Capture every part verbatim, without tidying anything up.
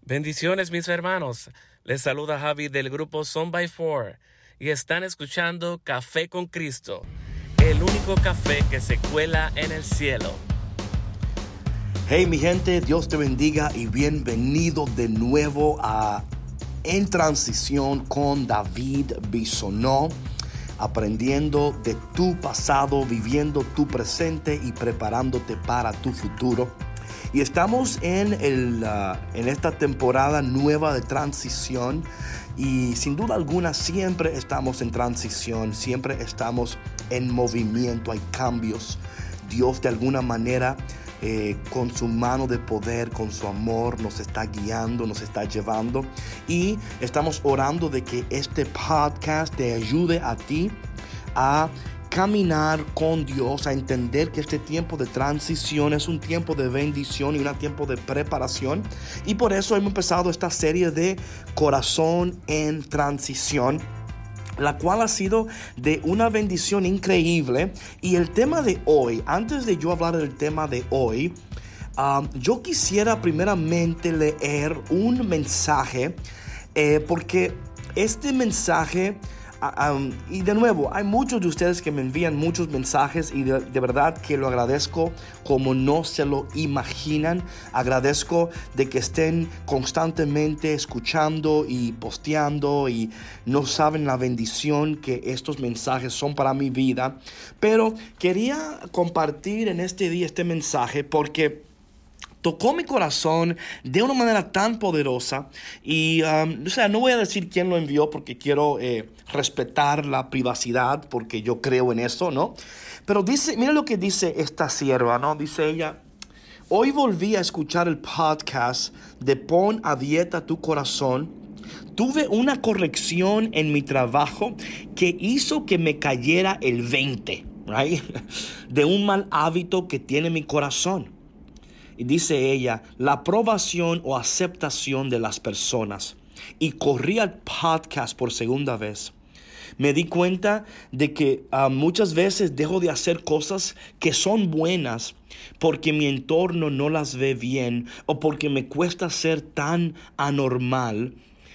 Bendiciones, mis hermanos. Les saluda Javi del grupo Son by Four y están escuchando Café con Cristo, el único café que se cuela en el cielo. Hey mi gente, Dios te bendiga y bienvenido de nuevo a En Transición con David Bisonó, aprendiendo de tu pasado, viviendo tu presente y preparándote para tu futuro. Y estamos en, el, uh, en esta temporada nueva de transición y sin duda alguna siempre estamos en transición, siempre estamos en movimiento, hay cambios. Dios de alguna manera eh, con su mano de poder, con su amor nos está guiando, nos está llevando y estamos orando de que este podcast te ayude a ti a caminar con Dios, a entender que este tiempo de transición es un tiempo de bendición y un tiempo de preparación. Y por eso hemos empezado esta serie de Corazón en Transición, la cual ha sido de una bendición increíble. Y el tema de hoy, antes de yo hablar del tema de hoy, um, yo quisiera primeramente leer un mensaje, eh, porque este mensaje... Um, y de nuevo, hay muchos de ustedes que me envían muchos mensajes y de, de verdad que lo agradezco como no se lo imaginan. Agradezco de que estén constantemente escuchando y posteando y no saben la bendición que estos mensajes son para mi vida. Pero quería compartir en este día este mensaje porque tocó mi corazón de una manera tan poderosa y, um, o sea, no voy a decir quién lo envió porque quiero eh, respetar la privacidad porque yo creo en eso, ¿no? Pero dice, mira lo que dice esta sierva, ¿no? Dice ella: hoy volví a escuchar el podcast de Pon a Dieta tu Corazón. Tuve una corrección en mi trabajo que hizo que me cayera el veinte, right? De un mal hábito que tiene mi corazón. Y dice ella, la aprobación o aceptación de las personas. Y corrí al podcast por segunda vez. Me di cuenta de que uh, muchas veces dejo de hacer cosas que son buenas porque mi entorno no las ve bien o porque me cuesta ser tan anormal,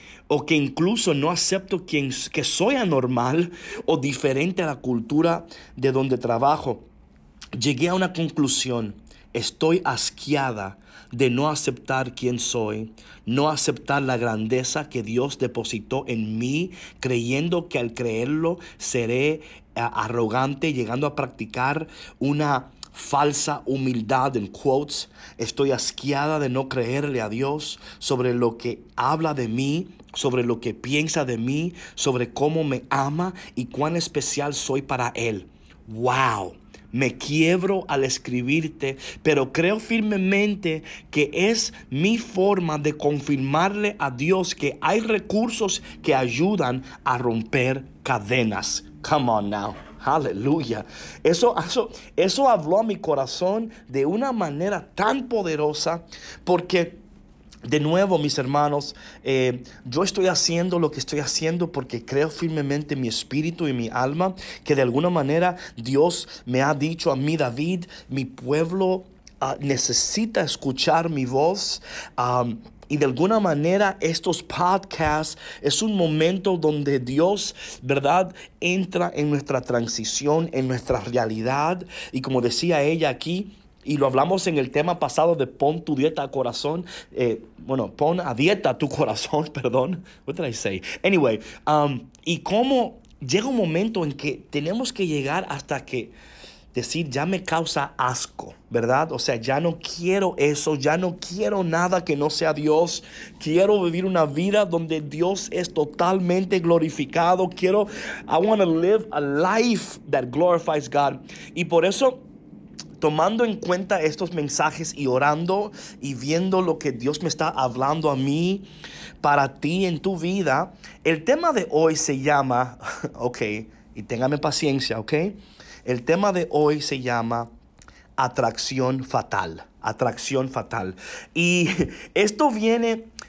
o que incluso no acepto quien, que soy anormal o diferente a la cultura de donde trabajo. Llegué a una conclusión. Estoy asqueada de no aceptar quién soy, no aceptar la grandeza que Dios depositó en mí, creyendo que al creerlo seré uh, arrogante, llegando a practicar una falsa humildad, en quotes. Estoy asqueada de no creerle a Dios sobre lo que habla de mí, sobre lo que piensa de mí, sobre cómo me ama y cuán especial soy para Él. ¡Wow! Me quiebro al escribirte, pero creo firmemente que es mi forma de confirmarle a Dios que hay recursos que ayudan a romper cadenas. Come on now. Aleluya. Eso, eso, eso habló a mi corazón de una manera tan poderosa porque... De nuevo, mis hermanos, eh, yo estoy haciendo lo que estoy haciendo porque creo firmemente en mi espíritu y mi alma que de alguna manera Dios me ha dicho a mí, David, mi pueblo uh, necesita escuchar mi voz. Um, Y de alguna manera estos podcasts es un momento donde Dios, ¿verdad?, entra en nuestra transición, en nuestra realidad. Y como decía ella aquí, y lo hablamos en el tema pasado de pon tu dieta a corazón, eh, bueno, pon a dieta tu corazón, perdón. What did I say? Anyway, um, y cómo llega un momento en que tenemos que llegar hasta que decir, ya me causa asco, ¿verdad? O sea, ya no quiero eso, ya no quiero nada que no sea Dios. Quiero vivir una vida donde Dios es totalmente glorificado. Quiero, I want to live a life that glorifies God. Y por eso, tomando en cuenta estos mensajes y orando y viendo lo que Dios me está hablando a mí, para ti en tu vida, el tema de hoy se llama, ok, y téngame paciencia, ok. El tema de hoy se llama atracción fatal, atracción fatal. Y esto viene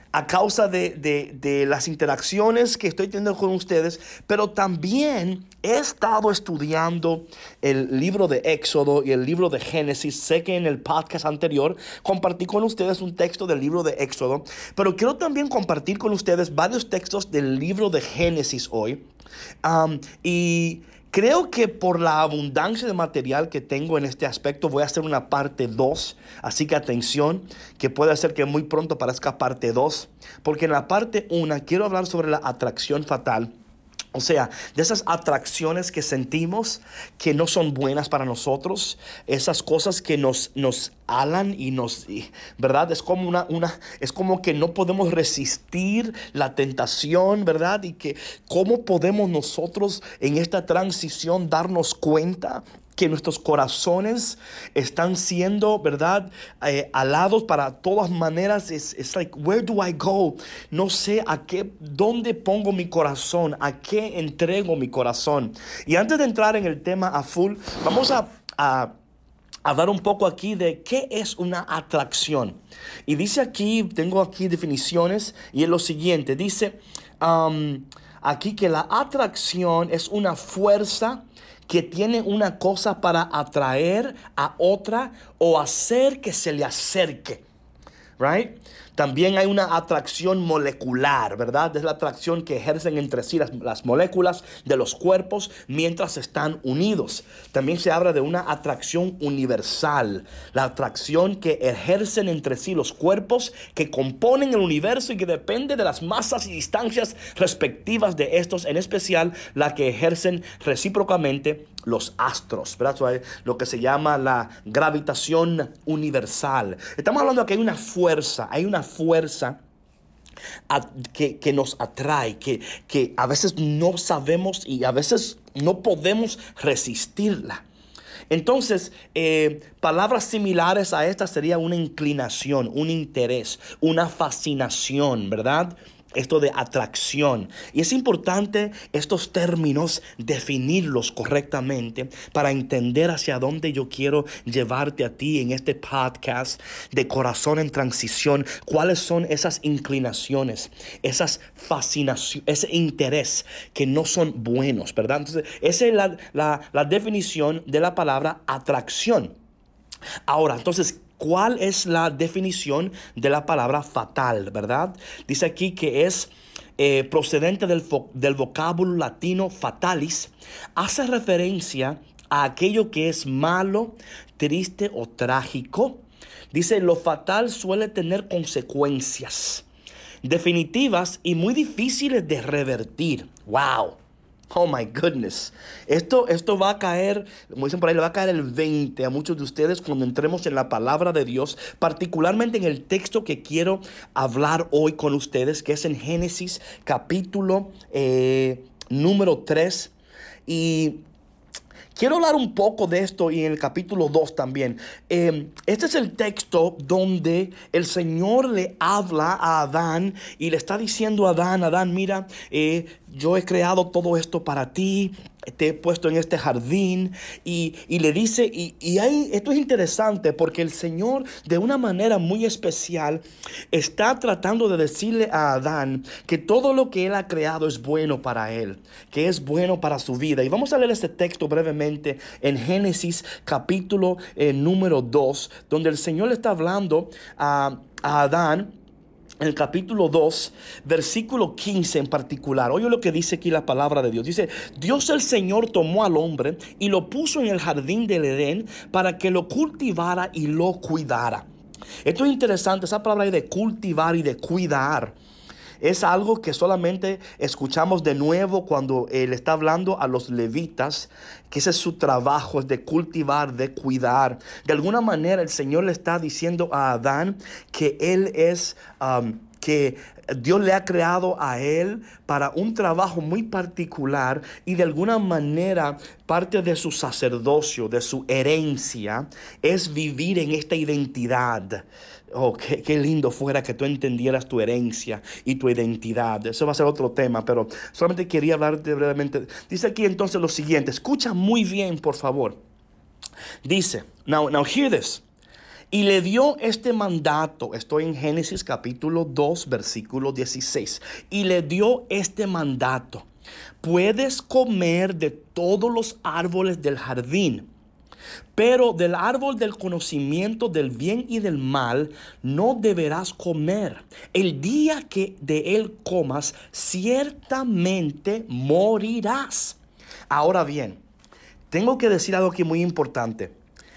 a causa de, de, de las interacciones que estoy teniendo con ustedes, pero también he estado estudiando el libro de Éxodo y el libro de Génesis. Sé que en el podcast anterior compartí con ustedes un texto del libro de Éxodo, pero quiero también compartir con ustedes varios textos del libro de Génesis hoy. Um, y creo que por la abundancia de material que tengo en este aspecto voy a hacer una parte dos, así que atención, que puede ser que muy pronto parezca parte dos, porque en la parte uno quiero hablar sobre la atracción fatal. O sea, de esas atracciones que sentimos que no son buenas para nosotros, esas cosas que nos, nos alan y nos, ¿verdad? Es como una, una, es como que no podemos resistir la tentación, ¿verdad? Y que cómo podemos nosotros en esta transición darnos cuenta que nuestros corazones están siendo, ¿verdad? Eh, alados para todas maneras. Es it's like, where do I go? No sé a qué, dónde pongo mi corazón, a qué entrego mi corazón. Y antes de entrar en el tema a full, vamos a, a hablar un poco aquí de qué es una atracción. Y dice aquí, tengo aquí definiciones, y es lo siguiente. Dice um, aquí que la atracción es una fuerza que tiene una cosa para atraer a otra o hacer que se le acerque. Right? También hay una atracción molecular, ¿verdad? Es la atracción que ejercen entre sí las, las moléculas de los cuerpos mientras están unidos. También se habla de una atracción universal, la atracción que ejercen entre sí los cuerpos que componen el universo y que depende de las masas y distancias respectivas de estos, en especial la que ejercen recíprocamente los astros, ¿verdad? Lo que se llama la gravitación universal. Estamos hablando de que hay una fuerza, hay una fuerza a, que, que nos atrae, que, que a veces no sabemos y a veces no podemos resistirla. Entonces, eh, palabras similares a esta sería una inclinación, un interés, una fascinación, ¿verdad? Esto de atracción. Y es importante estos términos definirlos correctamente para entender hacia dónde yo quiero llevarte a ti en este podcast de Corazón en Transición. ¿Cuáles son esas inclinaciones, esas fascinaciones, ese interés que no son buenos, ¿verdad? Entonces, esa es la, la, la definición de la palabra atracción. Ahora, entonces, ¿cuál es la definición de la palabra fatal, verdad? Dice aquí que es eh, procedente del, del vocábulo latino fatalis. Hace referencia a aquello que es malo, triste o trágico. Dice, lo fatal suele tener consecuencias definitivas y muy difíciles de revertir. ¡Wow! Oh my goodness. Esto, esto va a caer, como dicen por ahí, le va a caer el veinte a muchos de ustedes cuando entremos en la palabra de Dios, particularmente en el texto que quiero hablar hoy con ustedes, que es en Génesis capítulo eh, número tres. Y quiero hablar un poco de esto y en el capítulo dos también. Eh, este es el texto donde el Señor le habla a Adán y le está diciendo a Adán, Adán, mira, eh, yo he creado todo esto para ti, te he puesto en este jardín y, y le dice, y, y hay, esto es interesante porque el Señor de una manera muy especial está tratando de decirle a Adán que todo lo que él ha creado es bueno para él, que es bueno para su vida. Y vamos a leer este texto brevemente en Génesis capítulo eh, número dos, donde el Señor le está hablando a, a Adán. En el capítulo dos, versículo quince en particular. Oye lo que dice aquí la palabra de Dios. Dice, Dios el Señor tomó al hombre y lo puso en el jardín del Edén para que lo cultivara y lo cuidara. Esto es interesante, esa palabra ahí de cultivar y de cuidar. Es algo que solamente escuchamos de nuevo cuando él está hablando a los levitas, que ese es su trabajo, es de cultivar, de cuidar. De alguna manera el Señor le está diciendo a Adán que él es, um, que Dios le ha creado a él para un trabajo muy particular y de alguna manera parte de su sacerdocio, de su herencia, es vivir en esta identidad. Oh, qué, qué lindo fuera que tú entendieras tu herencia y tu identidad. Eso va a ser otro tema, pero solamente quería hablarte brevemente. Dice aquí entonces lo siguiente. Escucha muy bien, por favor. Dice, now, now hear this. Y le dio este mandato, estoy en Génesis capítulo dos, versículo dieciséis. Y le dio este mandato: puedes comer de todos los árboles del jardín, pero del árbol del conocimiento del bien y del mal no deberás comer. El día que de él comas, ciertamente morirás. Ahora bien, tengo que decir algo aquí muy importante.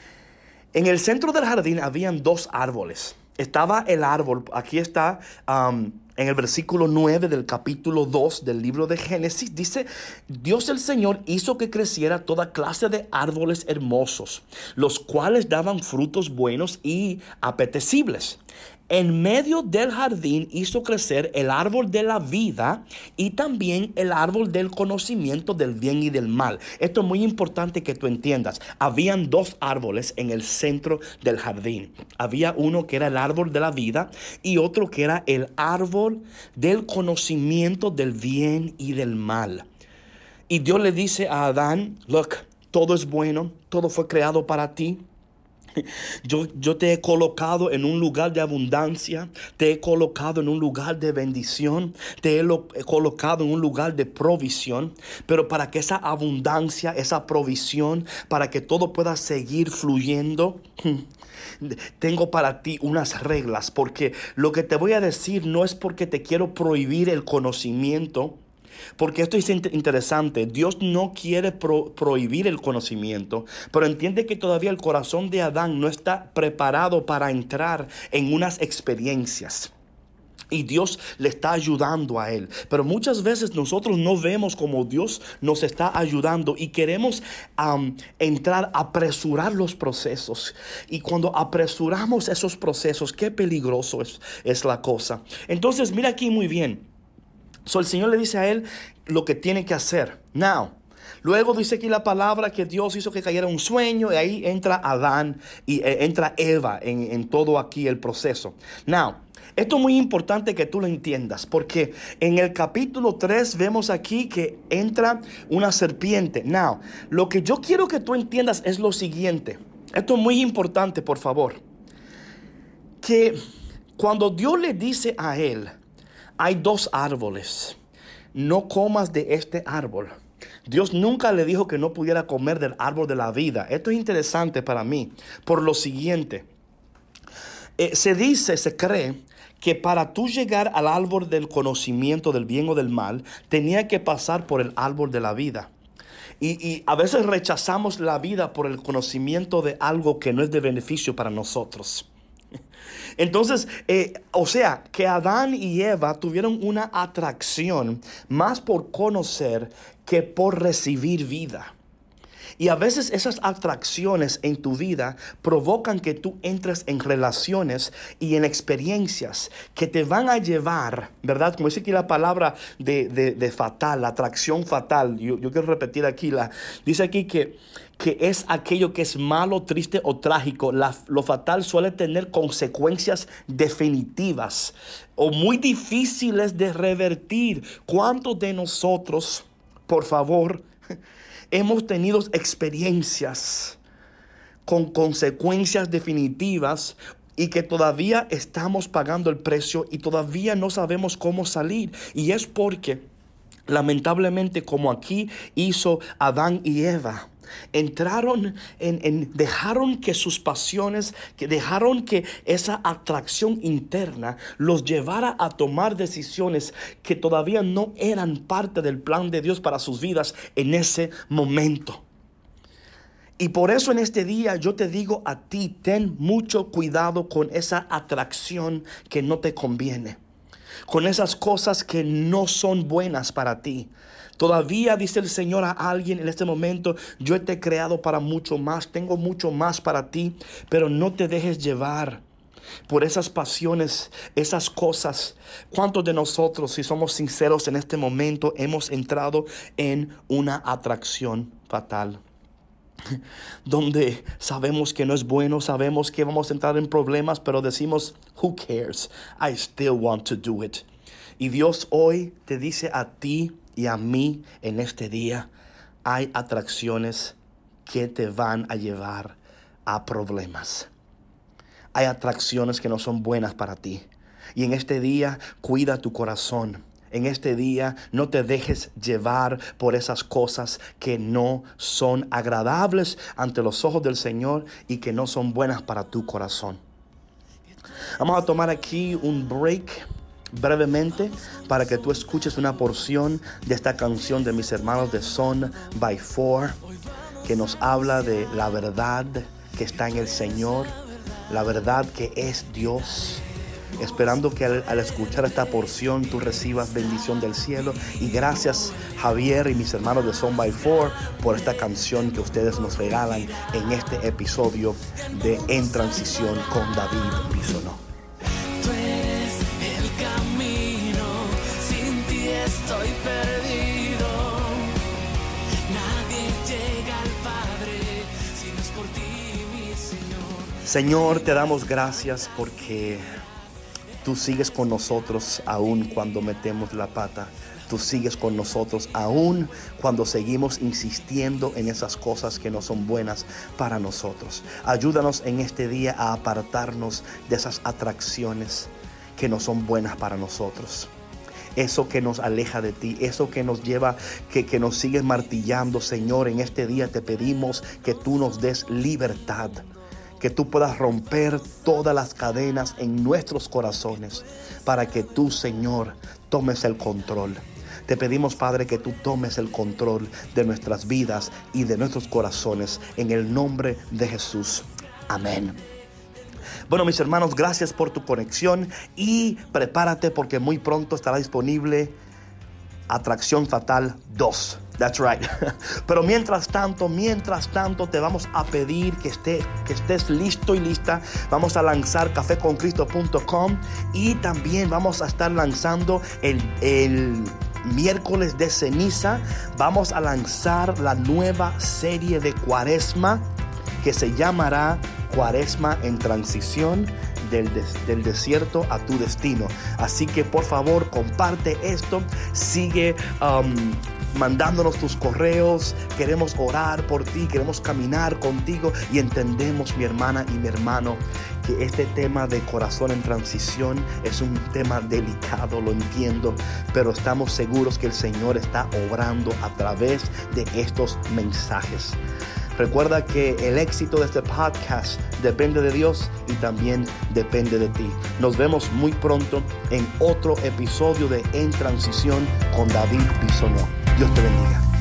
En el centro del jardín habían dos árboles. Estaba el árbol, aquí está um, en el versículo nueve del capítulo dos del libro de Génesis. Dice: Dios el Señor hizo que creciera toda clase de árboles hermosos, los cuales daban frutos buenos y apetecibles. En medio del jardín hizo crecer el árbol de la vida y también el árbol del conocimiento del bien y del mal. Esto es muy importante que tú entiendas. Habían dos árboles en el centro del jardín. Había uno que era el árbol de la vida y otro que era el árbol del conocimiento del bien y del mal. Y Dios le dice a Adán: look, todo es bueno, todo fue creado para ti. Yo, yo te he colocado en un lugar de abundancia, te he colocado en un lugar de bendición, te he, lo, he colocado en un lugar de provisión, pero para que esa abundancia, esa provisión, para que todo pueda seguir fluyendo, tengo para ti unas reglas, porque lo que te voy a decir no es porque te quiero prohibir el conocimiento. Porque esto es interesante. Dios no quiere pro- prohibir el conocimiento, pero entiende que todavía el corazón de Adán no está preparado para entrar en unas experiencias. Y Dios le está ayudando a él. Pero muchas veces nosotros no vemos como Dios nos está ayudando y queremos um, entrar, apresurar los procesos. Y cuando apresuramos esos procesos, qué peligroso es, es la cosa. Entonces, mira aquí muy bien. So, el Señor le dice a él lo que tiene que hacer. Now, luego dice aquí la palabra que Dios hizo que cayera un sueño, y ahí entra Adán y eh, entra Eva en, en todo aquí el proceso. Now, esto es muy importante que tú lo entiendas, porque en el capítulo tres vemos aquí que entra una serpiente. Now, lo que yo quiero que tú entiendas es lo siguiente. Esto es muy importante, por favor. Que cuando Dios le dice a él: hay dos árboles, no comas de este árbol. Dios nunca le dijo que no pudiera comer del árbol de la vida. Esto es interesante para mí, por lo siguiente. Eh, se dice, se cree, que para tú llegar al árbol del conocimiento del bien o del mal, tenía que pasar por el árbol de la vida. Y, y a veces rechazamos la vida por el conocimiento de algo que no es de beneficio para nosotros. Entonces, eh, o sea, que Adán y Eva tuvieron una atracción más por conocer que por recibir vida. Y a veces esas atracciones en tu vida provocan que tú entres en relaciones y en experiencias que te van a llevar, ¿verdad? Como dice aquí la palabra de, de, de fatal, la atracción fatal. Yo, yo quiero repetir aquí, la, dice aquí que, que es aquello que es malo, triste o trágico. La, lo fatal suele tener consecuencias definitivas o muy difíciles de revertir. ¿Cuántos de nosotros, por favor, hemos tenido experiencias con consecuencias definitivas y que todavía estamos pagando el precio y todavía no sabemos cómo salir? Y es porque, lamentablemente, como aquí hizo Adán y Eva, entraron en, en dejaron que sus pasiones, que dejaron que esa atracción interna los llevara a tomar decisiones que todavía no eran parte del plan de Dios para sus vidas en ese momento. Y por eso en este día yo te digo a ti: ten mucho cuidado con esa atracción que no te conviene, con esas cosas que no son buenas para ti. Todavía dice el Señor a alguien en este momento: yo te he creado para mucho más, tengo mucho más para ti, pero no te dejes llevar por esas pasiones, esas cosas. ¿Cuántos de nosotros, si somos sinceros en este momento, hemos entrado en una atracción fatal? Donde sabemos que no es bueno, sabemos que vamos a entrar en problemas, pero decimos: who cares, I still want to do it. Y Dios hoy te dice a ti y a mí en este día: hay atracciones que te van a llevar a problemas. hay atracciones que no son buenas para ti. Y en este día, cuida tu corazón. En este día, no te dejes llevar por esas cosas que no son agradables ante los ojos del Señor y que no son buenas para tu corazón. Vamos a tomar aquí un break brevemente para que tú escuches una porción de esta canción de mis hermanos de Son by Four, que nos habla de la verdad que está en el Señor, la verdad que es Dios. Esperando que al, al escuchar esta porción tú recibas bendición del cielo. Y gracias Javier y mis hermanos de Son by Four por esta canción que ustedes nos regalan en este episodio de En Transición con David Bisonó. Tú eres el camino, sin ti estoy perdido. Nadie llega al Padre si no es por ti, mi Señor. Señor, te damos gracias porque tú sigues con nosotros aún cuando metemos la pata. Tú sigues con nosotros aún cuando seguimos insistiendo en esas cosas que no son buenas para nosotros. Ayúdanos en este día a apartarnos de esas atracciones que no son buenas para nosotros. Eso que nos aleja de ti, eso que nos lleva, que, que nos sigues martillando, Señor. En este día te pedimos que tú nos des libertad. Que tú puedas romper todas las cadenas en nuestros corazones para que tú, Señor, tomes el control. Te pedimos, Padre, que tú tomes el control de nuestras vidas y de nuestros corazones en el nombre de Jesús. Amén. Bueno, mis hermanos, gracias por tu conexión y prepárate porque muy pronto estará disponible Atracción Fatal dos. That's right. Pero mientras tanto, mientras tanto, te vamos a pedir que, esté, que estés listo y lista. Vamos a lanzar café con cristo punto com y también vamos a estar lanzando el, el miércoles de ceniza. Vamos a lanzar la nueva serie de Cuaresma que se llamará Cuaresma en Transición. Del, des, del desierto a tu destino. Así que por favor comparte esto, sigue um, mandándonos tus correos. Queremos orar por ti, queremos caminar contigo y entendemos, mi hermana y mi hermano, que este tema de corazón en transición es un tema delicado, lo entiendo, pero estamos seguros que el Señor está obrando a través de estos mensajes. Recuerda que el éxito de este podcast depende de Dios y también depende de ti. Nos vemos muy pronto en otro episodio de En Transición con David Bisonó. Dios te bendiga.